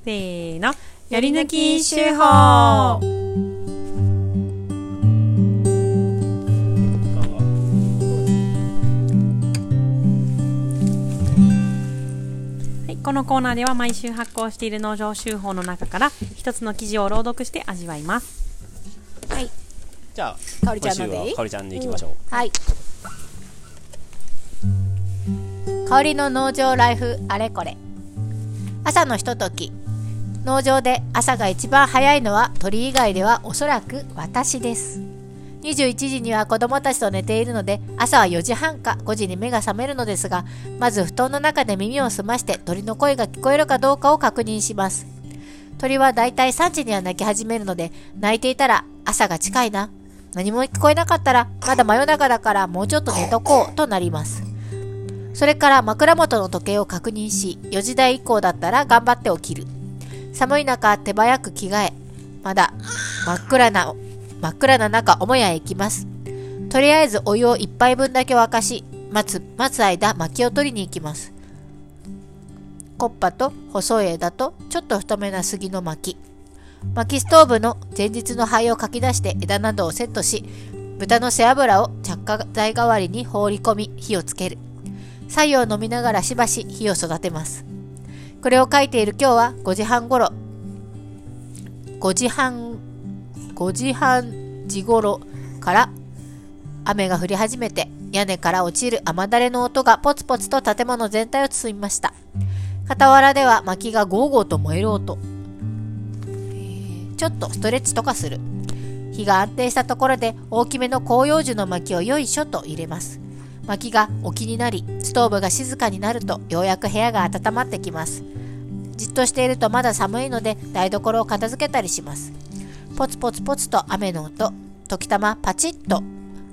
せーの、やり抜き手法。このコーナーでは毎週発行している農場手法の中から一つの記事を朗読して味わいます。 はい。 じゃあ、 かおりちゃんのでいい？ かおりちゃんでいきましょう。 はい。かおりの農場ライフあれこれ。朝のひととき。農場で朝が一番早いのは鳥以外ではおそらく私です。21時には子供たちと寝ているので朝は4時半か5時に目が覚めるのですが、まず布団の中で耳を澄まして鳥の声が聞こえるかどうかを確認します。鳥はだいたい3時には鳴き始めるので、鳴いていたら朝が近いな、何も聞こえなかったらまだ真夜中だからもうちょっと寝とこうとなります。それから枕元の時計を確認し、4時台以降だったら頑張って起きる。寒い中手早く着替え、まだ真っ暗な中母屋へ行きます。とりあえずお湯を1杯分だけ沸かし、待つ間薪を取りに行きます。コッパと細い枝とちょっと太めな杉の薪。薪ストーブの前日の灰をかき出して枝などをセットし、豚の背脂を着火剤代わりに放り込み火をつける。白湯を飲みながらしばし火を育てます。これを書いている今日は5時半時頃から雨が降り始めて、屋根から落ちる雨だれの音がポツポツと建物全体を包みました。傍らでは薪がゴーゴーと燃える音。ちょっとストレッチとかする。火が安定したところで大きめの広葉樹の薪をよいしょと入れます。薪が沖になり、ストーブが静かになるとようやく部屋が温まってきます。じっとしているとまだ寒いので台所を片付けたりします。ポツポツポツと雨の音、時たまパチッと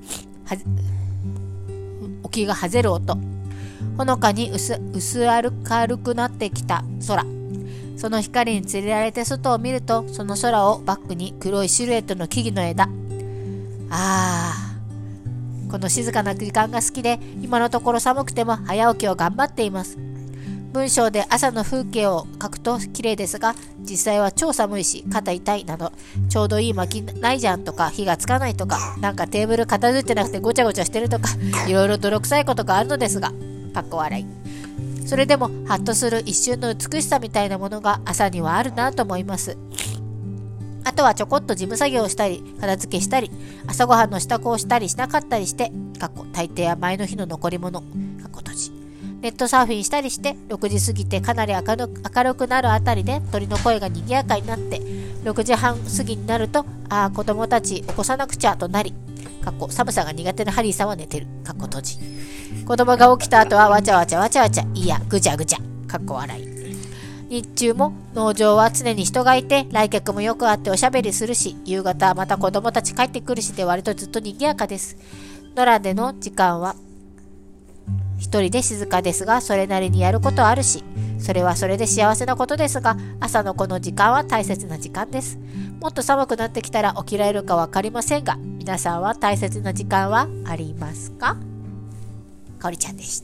沖がはぜる音、ほのかに薄明るくなってきた空。その光に連れられて外を見ると、その空をバックに黒いシルエットの木々の枝。この静かな時間が好きで、今のところ寒くても早起きを頑張っています。文章で朝の風景を書くと綺麗ですが、実際は超寒いし肩痛いなど、ちょうどいい薪ないじゃんとか、火がつかないとか、なんかテーブル片付いてなくてごちゃごちゃしてるとか、いろいろ泥臭いことがあるのですが、かっこ笑い。それでもハッとする一瞬の美しさみたいなものが朝にはあるなと思います。あとはちょこっと事務作業をしたり、片付けしたり、朝ごはんの支度をしたりしなかったりして、大抵は前の日の残り物、閉じ。ネットサーフィンしたりして、6時過ぎてかなり明るくなるあたりで鳥の声が賑やかになって、6時半過ぎになると、子供たち起こさなくちゃとなり、寒さが苦手なハリーさんは寝てる、閉じ。子供が起きた後はわちゃわちゃわちゃわちゃ、いやぐちゃぐちゃ、笑い。日中も農場は常に人がいて、来客もよくあっておしゃべりするし、夕方はまた子供たち帰ってくるしで、割とずっと賑やかです。野良での時間は一人で静かですが、それなりにやることはあるし、それはそれで幸せなことですが、朝のこの時間は大切な時間です。もっと寒くなってきたら起きられるかわかりませんが、皆さんは大切な時間はありますか？かおりちゃんでした。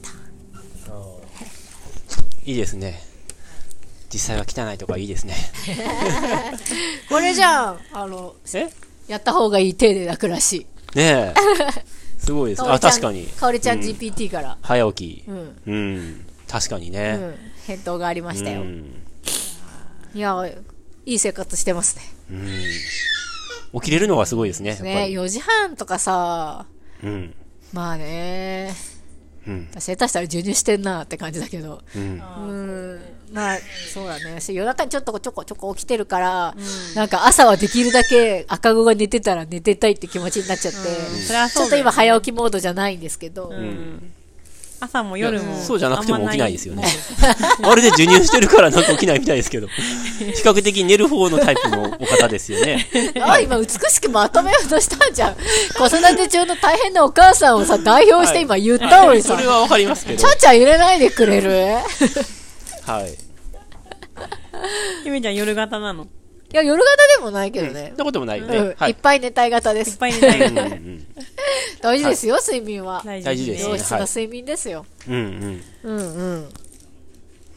いいですね。実際は汚いとかいいですね。 これじゃん、やった方がいい手で楽らしい。 ねえ。すごいです。確かに。 かおりちゃん GPT から。 早起き。確かにね。 返答がありましたよ。いや、いい生活してますね。 起きれるのがすごいですね。 ね、4時半とかさ、まあね、下手したら授乳してんなって感じだけど、まあそうだね。夜中にちょこちょこ起きてるから、なんか朝はできるだけ赤子が寝てたら寝てたいって気持ちになっちゃって、ちょっと今早起きモードじゃないんですけど、 朝も夜もそうじゃなくても起きないですよね。まるで授乳してるからなんか起きないみたいですけど、比較的寝る方のタイプのお方ですよね。 今美しくまとめようとしたんじゃん。子育て中の大変なお母さんをさ代表して今言ったのにさ、 それはわかりますけど、 ちゃちゃ入れないでくれる？ はい。 ゆめちゃん夜型なの？ いや、夜型でもないけどね。 そんなこともないよね。 いっぱい寝たい型です。 いっぱい寝たい型。 大事ですよ、睡眠は。 大事ですね。 良質な睡眠ですよ。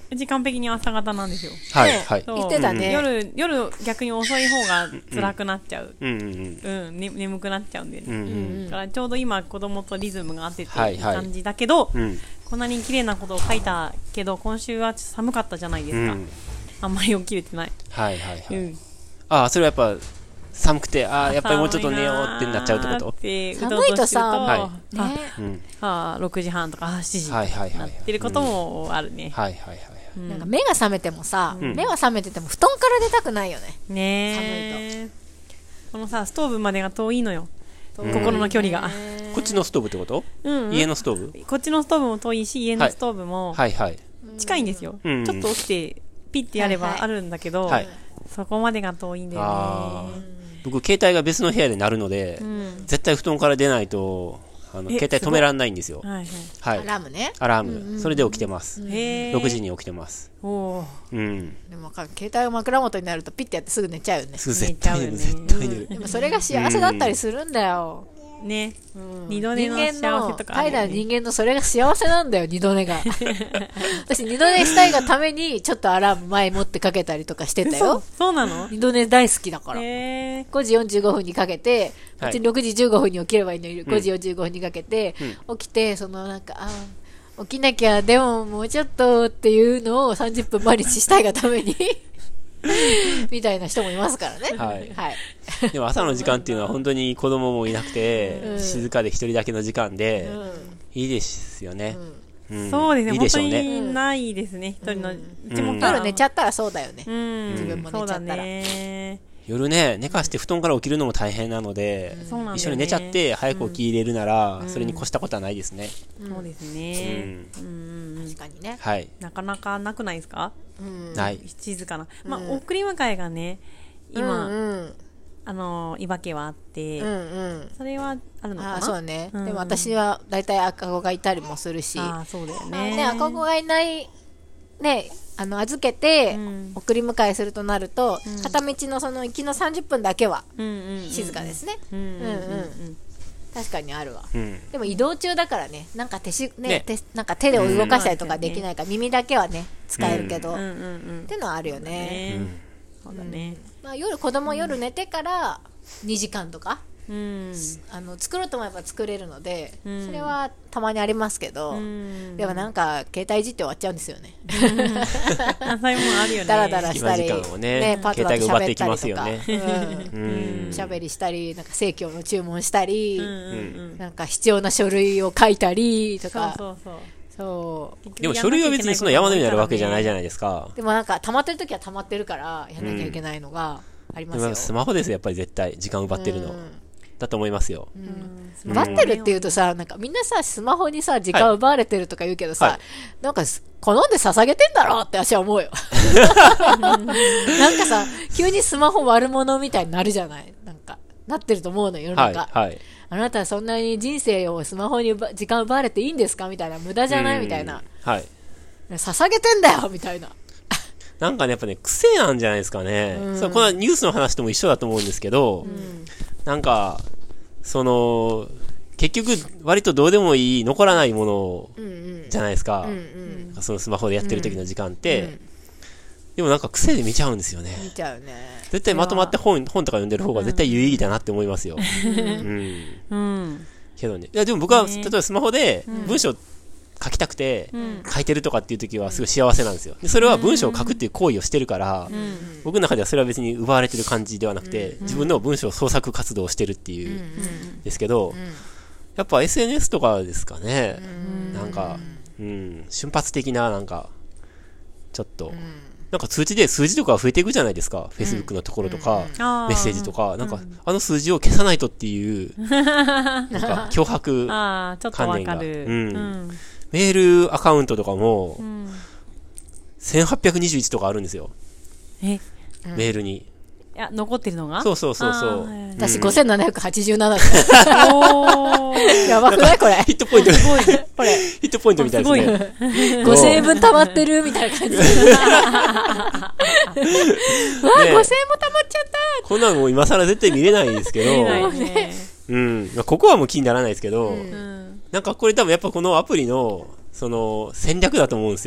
うち完璧に朝方なんですよ。 ねはいはい。 そう言ってたね。 夜逆に遅い方が辛くなっちゃう。 うんうん眠くなっちゃうんでね。 うん。うんだからちょうど今子供とリズムが合っててはいはいいい感じだけど、 うん。 こんなに綺麗なことを書いたけど、今週はちょっと寒かったじゃないですか。 うん。 あんまり起きれてない。 はいはいはい。 うん。 ああ、それはやっぱ寒くて、ああ、やっぱりもうちょっと寝ようってなっちゃうってこと寒いとさはね。 うん。 あ6時半とか7時とかはいはいはいなってることもあるね。 はいはいはい。 うんなんか目が覚めてもさ、 うん目が覚めてても布団から出たくないよね。 ねえ。このさ、ストーブまでが遠いのよ。 うん心の距離が。 こっちのストーブってことうん。 家のストーブこっちのストーブも遠いし、家のストーブもはいはい。 近いんですよ。 うんちょっと起きて、ピッてやればあるんだけど、 はい。 そこまでが遠いんだよあね。 僕、携帯が別の部屋で鳴るのでう、ん。 絶対布団から出ないと、携帯止めらんないんですよ。 はいはい。 はいア。ラームね。 アラーム。それで起きてます。 へえ。 6時に起きてます。 おーうん。 でも携帯が枕元になるとピッてやってすぐ寝ちゃうよね。 すぐ絶対寝る、 寝ちゃうよね絶対寝る。 でもそれが幸せだったりするんだよ。 ね。 うん二度寝の幸せとかあるよね怠惰な人間のそれが幸せなんだよ、二度寝が。私二度寝したいがためにちょっとアラーム前持ってかけたりとかしてたよ。 そうなの二度寝大好きだから。 へえ。 5時45分にかけて、 はい別に6時15分に起きればいいのに、5時45分にかけて、起きて、起きなきゃ、でももうちょっとっていうのを30分毎日したいがために、みたいな人もいますからね。 はいはい。 でも朝の時間っていうのは本当に子供もいなくて、 うん静かで一人だけの時間で、 うんいいですよね。んそうですね。 いいでしょう本当ね。 にないですね。一人の。うちも夜寝ちゃったらそうだよね。 うん。 自分も寝ちゃったらそうだね。 夜ね、寝かして布団から起きるのも大変なので、 そうなんだよね。 一緒に寝ちゃって早く起きれるなら、それに越したことはないですね。 そうですうね。 ん。 うん。 確かにね。 はい。 なかなかなくないですか？ うん。 ない。 静かな。まあ、送り迎えがね、今、 うんいわけはあってうん。うんうん。 それはあるのかな？ ああ、そうね。 うんでも私は大体赤子がいたりもするし、 ああ、そうだよまあね、 ね。 赤子がいない、ね、預けて、 うん送り迎えするとなると、片道のその行きの30分だけはうんうんうん。 静かですね。 うんうんうんうん。 確かにあるわ。 うん。 でも移動中だからね、なんかねなんか手で動かしたりとかできないから、耳だけはね、使えるけど、っうんうんうん。 てのはあるよね。 ね。そうだね。 まあ、子供夜寝てから2時間とか、 うん。 作ろうと思えば作れるので、 うんそれはたまにありますけど、 うん。 でもなんか携帯いじって終わっちゃうんですよね。 あ、そういうもんあるよね。 ダラダラしたり、 隙間時間をねパートナーと携帯が奪っていき喋ったりとか、 ますよねうん。 喋りしたり、なんか生協の注文したり、 うんうんうん。 なんか必要な書類を書いたりとそうか、 そうそう。 そう。 でも書類は別にその山のようになるわけじゃないじゃないですか。 でもなんか溜まってる時は溜まってるからやんなきゃいけないのがありまよ。 ですもスマホですよ、やっぱり絶対。時間奪ってるの。だと思いますよ。 奪ってるっていうとさ、なんかみんなさ、スマホにさ、時間奪われてるとか言うけどさ、 はいなんか好んで捧げてんだろって私は思うよ。なんかさ、急にスマホ悪者みたいになるじゃないなんか、なってると思うのよ、世のはい、 中。 はい。 あなたそんなに人生をスマホに時間奪われていいんですかみたいな、無駄じゃないみたいな。 はい。 捧げてんだよみたいな。 なんかね、やっぱね、癖なんじゃないですかね。そうこのニュースの話とも一緒だと思うんですけど、なんか、結局、割とどうでもいい、残らないものじゃないですか。そのスマホでやってる時の時間って。でもなんか癖で見ちゃうんですよね。 見ちゃうね。 絶対まとまって本とか読んでる方が絶対有意義だなって思いますよ。うん。 うん。 けどね。いや、でも僕は、例えばスマホで文章書きたくて、書いてるとかっていう時はすごい幸せなんですよ。でそれは文章を書くっていう行為をしてるから、僕の中ではそれは別に奪われてる感じではなくて、自分の文章創作活動をしてるっていうんですけど、やっぱ SNS とかですかね。なんか、瞬発的な、なんか、ちょっと、なんか通知で数字とか増えていくじゃないですか。Facebook のところとか、メッセージとか、なんか、あの数字を消さないとっていう、なんか、脅迫ああ、ちょっとわか観念る。 がメールアカウントとかも、1821とかあるんですよ。 え、 メールに。 いや、残ってるのがそうそうそうそう。 あーはいはい私5787だね。 おー。 やばくないこれ。 ヒットポイント、 これ。 ヒットポイントみたいですね。 5000円分溜まってるみたいな感じ。わあ、5000円も溜まっちゃった。 こんなのもう今更絶対見れないですけ見ないど、 ね。 うん。まあここはもう気にならないですけど、 うん。 なんかこれ多分やっぱこのアプリの、戦略だと思うんですよ。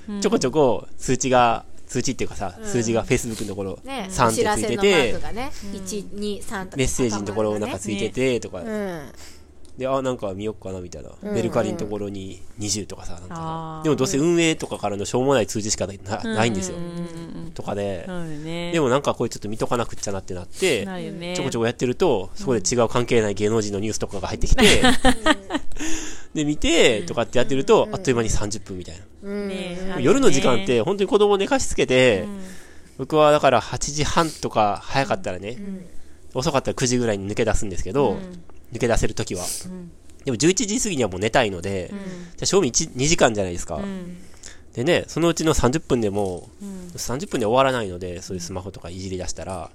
ちょこちょこ通知っていうかさ、数字が Facebook のところね、 3ってついてお知らせのマークがね、1、2、3とかメッセージのところなんかついててとか、 うんで、なんか見よっかなみたいな。メルカリのところに20とかさ、なんかあーでもどうせ運営とかからのしょうもない通知しかないんですよ。とかで、 そうよね。 でもなんかこれちょっと見とかなくっちゃなってなって、 なるよね。 ちょこちょこやってると、そこで違う関係ない芸能人のニュースとかが入ってきて、で、見て、とかってやってると、あっという間に30分みたいな。 ね夜の時間っ、て本当に子供を寝かしつけて、僕はだから8時半とか早かったらね、遅かったら9時ぐらいに抜け出すんですけど、抜け出せるときは。でも11時過ぎにはもう寝たいので、じゃあ賞味2時間じゃないですか。でね、そのうちの30分でも、30分で終わらないので、そういうスマホとかいじり出したら、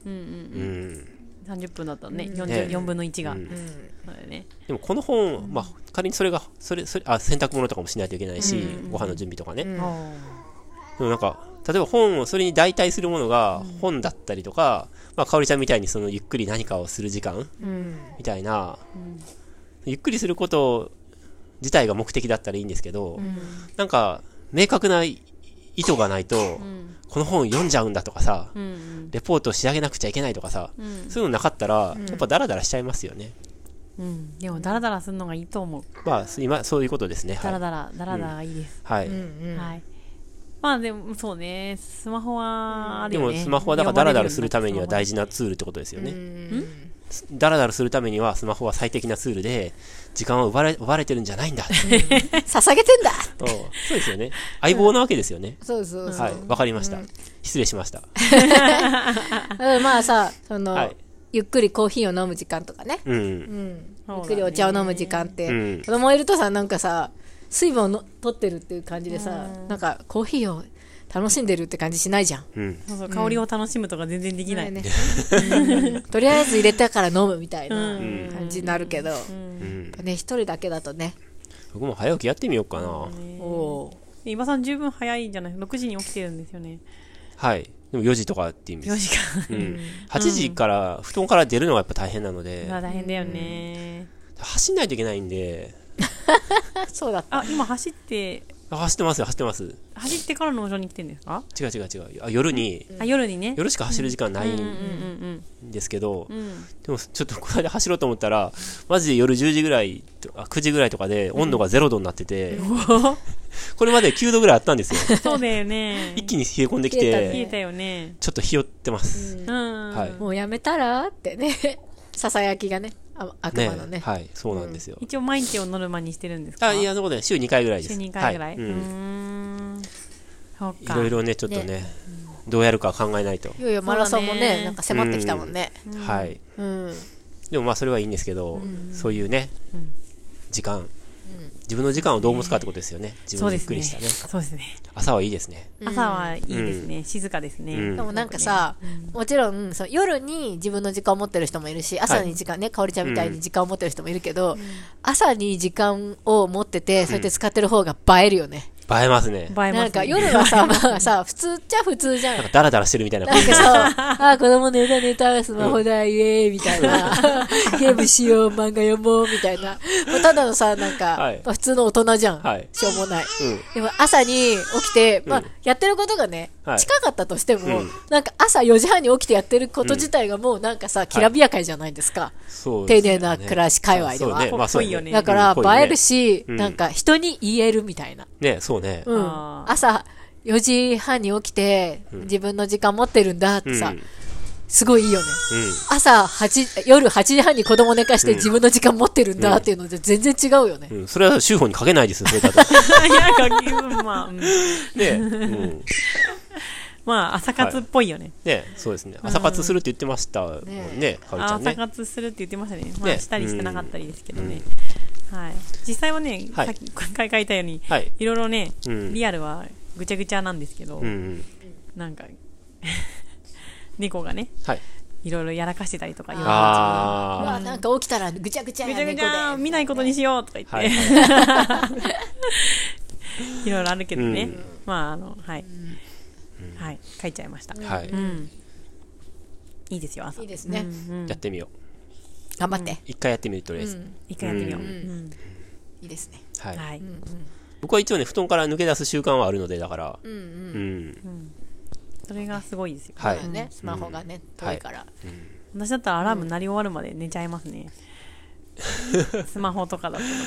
30分だったね。 ね 4分の1が。そうだよね。 でもこの本、まあ仮にそれが、洗濯物とかもしないといけないし、ご飯の準備とかね。でもなんか、例えば本を、それに代替するものが本だったりとか、まあ、かおりちゃんみたいにそのゆっくり何かをする時間みたいな、ゆっくりすること自体が目的だったらいいんですけど、なんか、明確な意図がないと、この本読んじゃうんだとかさ、レポートを仕上げなくちゃいけないとかさ、そういうのなかったら、やっぱダラダラしちゃいますよね。 でもダラダラするのがいいと思う。 まあ、今、そういうことですね。 ダラダラいいです。 はい。 はい。まあでもそうね、スマホはあるよね。 でもスマホはだからダラダラするためには大事なツールってことですよね。ダラダラするためにはスマホは最適なツールで時間を奪われてるんじゃないんだ。 捧げてんだそうですよね。相棒なわけですよね。 そうそうそう。 はい、わかりました。失礼しました。 まあさ、 はい、 ゆっくりコーヒーを飲む時間とかね。ゆっくりお茶を飲む時間って、子供いるとさ、なんかさ、水分を取ってるっていう感じでさ、なんかコーヒーを楽しんでるって感じしないじゃん。 そうそう、香りを楽しむとか全然できないね。 とりあえず入れてから飲むみたいな感じになるけど、ね、一人だけだとね。 僕も早起きやってみようかな。 今さん十分早いんじゃない？ 6 時に起きてるんですよね。 はい。でも4時とかって意味です。 4時間。8時から布団から出るのがやっぱ大変なので。 大変だよね。 走んないといけないんで。 そうだった。 今走ってます。走ってから農場に来てるんですか？ 違う。夜にね。夜しか走る時間ないんですけど、でもちょっとこれで走ろうと思ったら、マジで夜10時ぐらい、9時ぐらいとかで温度が0度になってて、これまで9度ぐらいあったんですよ。 そうだよね。 一気に冷え込んできて、 冷えたよね。 ちょっとひよってます。 はい。もうやめたらってね、ささやきがね。悪魔のね。 はい、そうなんですよ。 一応毎日をノルマにしてるんですか？ いや、そこで週2回ぐらいです。 週2回ぐらい。 いろいろね、ちょっとね、どうやるか考えないと。 いよいよマラソンもね、なんか迫ってきたもんね。 はい。でもまあそれはいいんですけど、そういうね、時間、自分の時間をどう持つかってことですよね。自分でゆっくりしたね。 そうですね。 朝はいいですね。 朝はいいですね。静かですね。 でもなんかさ、もちろん夜に自分の時間を持ってる人もいるし、朝に時間ね、かおりちゃんみたいに時間を持ってる人もいるけど、朝に時間を持ってて、そうやって使ってる方が映えるよね。 映えますね。 なんか夜はさ、まあさ、普通っちゃ普通じゃん。 なんかダラダラしてるみたいな。 なんかさ、子供寝た、スマホだ、イエーイ、みたいな。ゲームしよう、漫画読もう、みたいな。ただのさ、なんか、普通の大人じゃん。しょうもない。でも朝に起きて、まあ、やってることがね、近かったとしても、なんか朝4時半に起きてやってること自体がもうなんかさ、きらびやかいじゃないですか。丁寧な暮らし界隈では。だから映えるし、なんか人に言えるみたいな。 ね、そうね。 朝4時半に起きて、自分の時間持ってるんだってさ、すごいいいよね。夜8時半に子供寝かして自分の時間持ってるんだっていうので全然違うよね。 それは週報に書けないですよ、それだと。 まあ、 ね、 まあ、朝活っぽいよね。 ね、そうですね。朝活するって言ってましたもんね、かおりちゃんね。 朝活するって言ってましたね。まあ、したりしてなかったりですけどね。はい。実際はね、さっき書いたように、いろいろね、リアルはぐちゃぐちゃなんですけど、なんか、猫がね、いろいろやらかしてたりとか、 なんか起きたらぐちゃぐちゃや猫で。 見ないことにしようとか言って、いろいろあるけどね。まあ、はい。はい、書いちゃいました。 はい。 いいですよ、朝。 いいですね。 やってみよう。頑張って。 一回やってみるとりあえず。 一回やってみよう。 いいですね。 はい。 僕は一応ね、布団から抜け出す習慣はあるので、だから。 それがすごいですよ。 はい。スマホがね、遠いから。 私だったらアラーム鳴り終わるまで寝ちゃいますね。スマホとかだとね。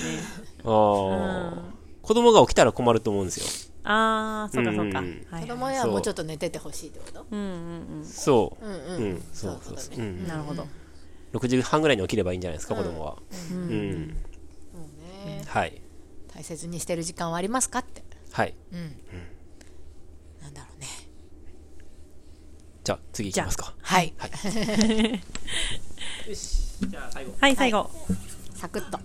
子供が起きたら困ると思うんですよ。 そうかそうか。 子供はもうちょっと寝ててほしいってこと？ そう。 そうそう。 なるほど。 6時半ぐらいに起きればいいんじゃないですか、子供は。はい。 大切にしてる時間はありますかって。 はい。 なんだろうね。 じゃあ次いきますか。 はい。 よし。じゃあ最後。 はい、最後。 サクッと。